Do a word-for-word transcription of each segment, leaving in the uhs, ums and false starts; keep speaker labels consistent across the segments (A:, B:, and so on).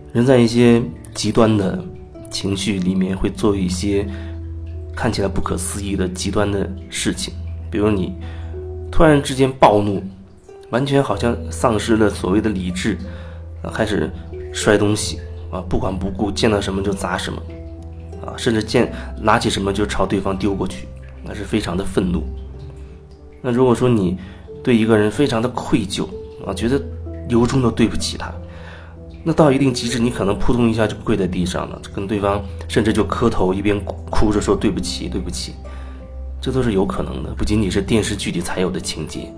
A: 人在一些极端的情绪里面会做一些看起来不可思议的极端的事情，比如你突然之间暴怒，完全好像丧失了所谓的理智，啊，开始摔东西啊，不管不顾，见到什么就砸什么啊，甚至见拿起什么就朝对方丢过去，那是非常的愤怒。那如果说你对一个人非常的愧疚啊，觉得由衷的对不起他，那到一定极致，你可能扑通一下就跪在地上了，跟对方甚至就磕头，一边哭着说对不起对不起，这都是有可能的，不仅仅是电视剧里才有的情节。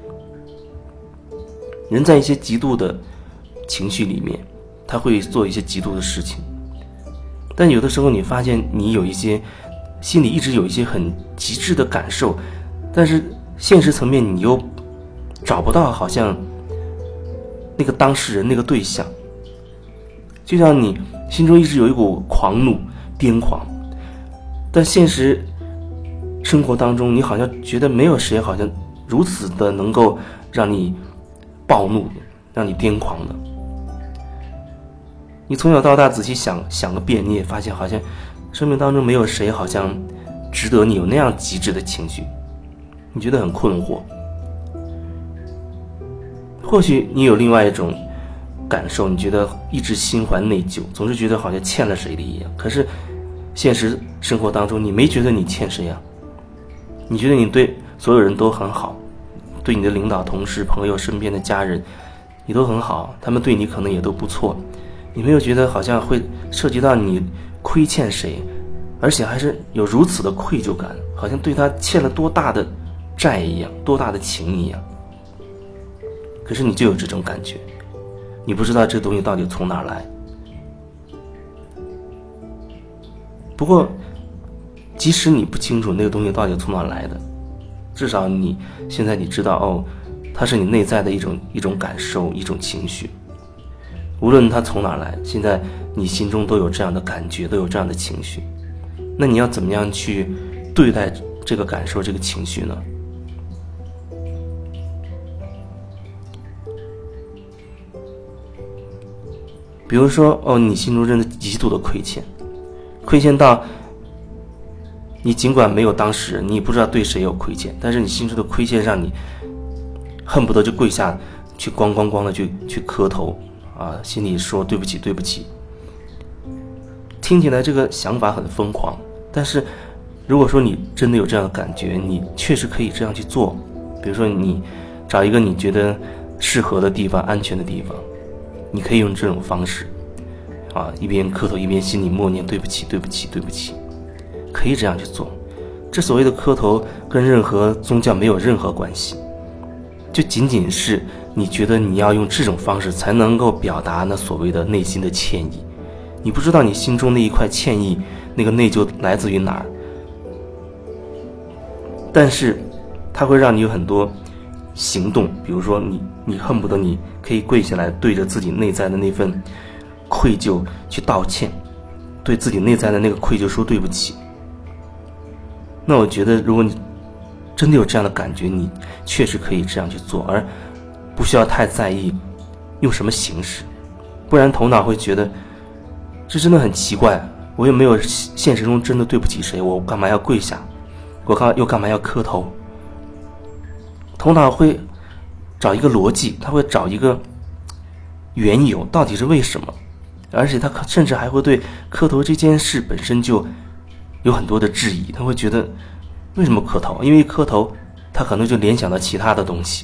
A: 人在一些极度的情绪里面，他会做一些极度的事情，但有的时候你发现你有一些心里一直有一些很极致的感受，但是现实层面你又找不到好像那个当事人那个对象，就像你心中一直有一股狂怒癫狂，但现实生活当中你好像觉得没有谁好像如此的能够让你暴怒让你癫狂的。你从小到大仔细想想个遍，你也发现好像生命当中没有谁好像值得你有那样极致的情绪，你觉得很困惑。或许你有另外一种感受，你觉得一直心怀内疚，总是觉得好像欠了谁的一样，可是现实生活当中你没觉得你欠谁啊，你觉得你对所有人都很好，对你的领导同事朋友身边的家人你都很好，他们对你可能也都不错，你没有觉得好像会涉及到你亏欠谁，而且还是有如此的愧疚感，好像对他欠了多大的债一样，多大的情一样。可是你就有这种感觉，你不知道这东西到底从哪儿来。不过即使你不清楚那个东西到底从哪儿来的，至少你现在你知道，哦，它是你内在的一种一种感受，一种情绪。无论它从哪儿来，现在你心中都有这样的感觉，都有这样的情绪。那你要怎么样去对待这个感受，这个情绪呢？比如说，哦，你心中真的极度的亏欠，亏欠到你尽管没有当事人，你也不知道对谁有亏欠，但是你心中的亏欠让你恨不得就跪下去咣咣咣的去去磕头啊，心里说对不起对不起。听起来这个想法很疯狂，但是如果说你真的有这样的感觉，你确实可以这样去做。比如说你找一个你觉得适合的地方，安全的地方，你可以用这种方式啊，一边磕头一边心里默念对不起对不起对不起，可以这样去做。这所谓的磕头跟任何宗教没有任何关系，就仅仅是你觉得你要用这种方式才能够表达那所谓的内心的歉意。你不知道你心中那一块歉意，那个内疚来自于哪儿，但是它会让你有很多行动，比如说你你恨不得你可以跪下来对着自己内在的那份愧疚去道歉，对自己内在的那个愧疚说对不起。那我觉得如果你真的有这样的感觉，你确实可以这样去做，而不需要太在意用什么形式，不然头脑会觉得这真的很奇怪，我又没有现实中真的对不起谁，我干嘛要跪下，我干又干嘛要磕头。头脑会找一个逻辑，他会找一个缘由，到底是为什么，而且他甚至还会对磕头这件事本身就有很多的质疑，他会觉得为什么磕头，因为磕头他可能就联想到其他的东西。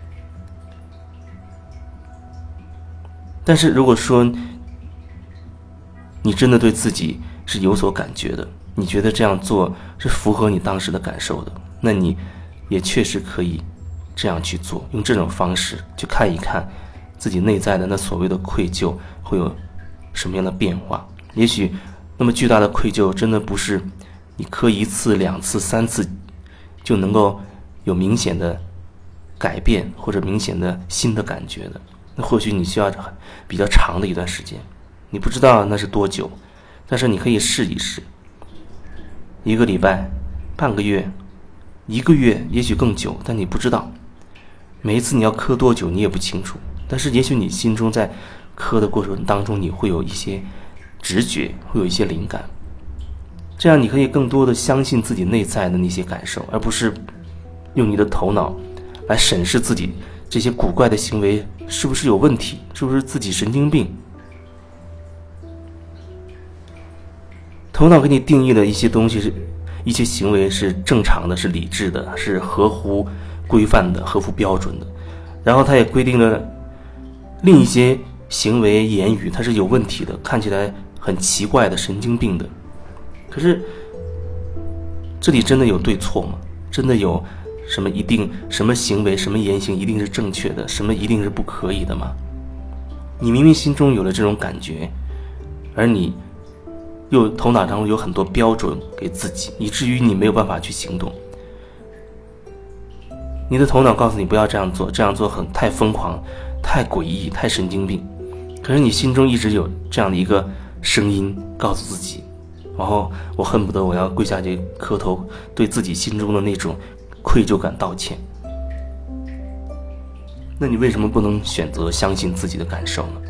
A: 但是如果说你真的对自己是有所感觉的，你觉得这样做是符合你当时的感受的，那你也确实可以这样去做，用这种方式去看一看自己内在的那所谓的愧疚会有什么样的变化。也许那么巨大的愧疚真的不是你磕一次两次三次就能够有明显的改变或者明显的新的感觉的，那或许你需要比较长的一段时间，你不知道那是多久，但是你可以试一试，一个礼拜半个月一个月，也许更久，但你不知道每一次你要磕多久你也不清楚，但是也许你心中在磕的过程当中，你会有一些直觉，会有一些灵感，这样你可以更多的相信自己内在的那些感受，而不是用你的头脑来审视自己这些古怪的行为是不是有问题，是不是自己神经病。头脑给你定义的一些东西是一些行为是正常的，是理智的，是合乎规范的，合乎标准的，然后它也规定了另一些行为言语它是有问题的，看起来很奇怪的，神经病的。可是这里真的有对错吗？真的有什么一定什么行为什么言行一定是正确的，什么一定是不可以的吗？你明明心中有了这种感觉，而你又头脑当中有很多标准给自己，以至于你没有办法去行动。你的头脑告诉你不要这样做，这样做很太疯狂，太诡异，太神经病。可是你心中一直有这样的一个声音告诉自己，然后我恨不得我要跪下去磕头，对自己心中的那种愧疚感道歉。那你为什么不能选择相信自己的感受呢？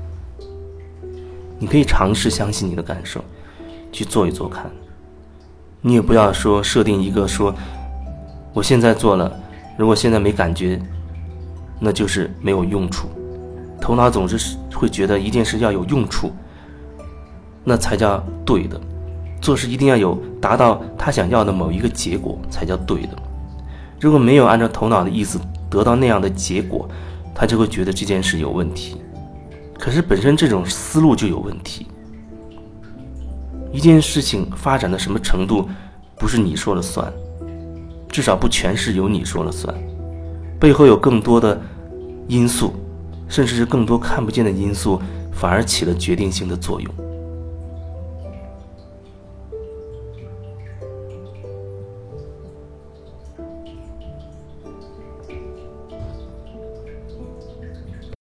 A: 你可以尝试相信你的感受，去做一做看。你也不要说设定一个说我现在做了，如果现在没感觉，那就是没有用处。头脑总是会觉得一件事要有用处，那才叫对的。做事一定要有达到他想要的某一个结果才叫对的。如果没有按照头脑的意思得到那样的结果，他就会觉得这件事有问题。可是本身这种思路就有问题。一件事情发展到什么程度，不是你说了算，至少不全是由你说了算，背后有更多的因素，甚至是更多看不见的因素，反而起了决定性的作用。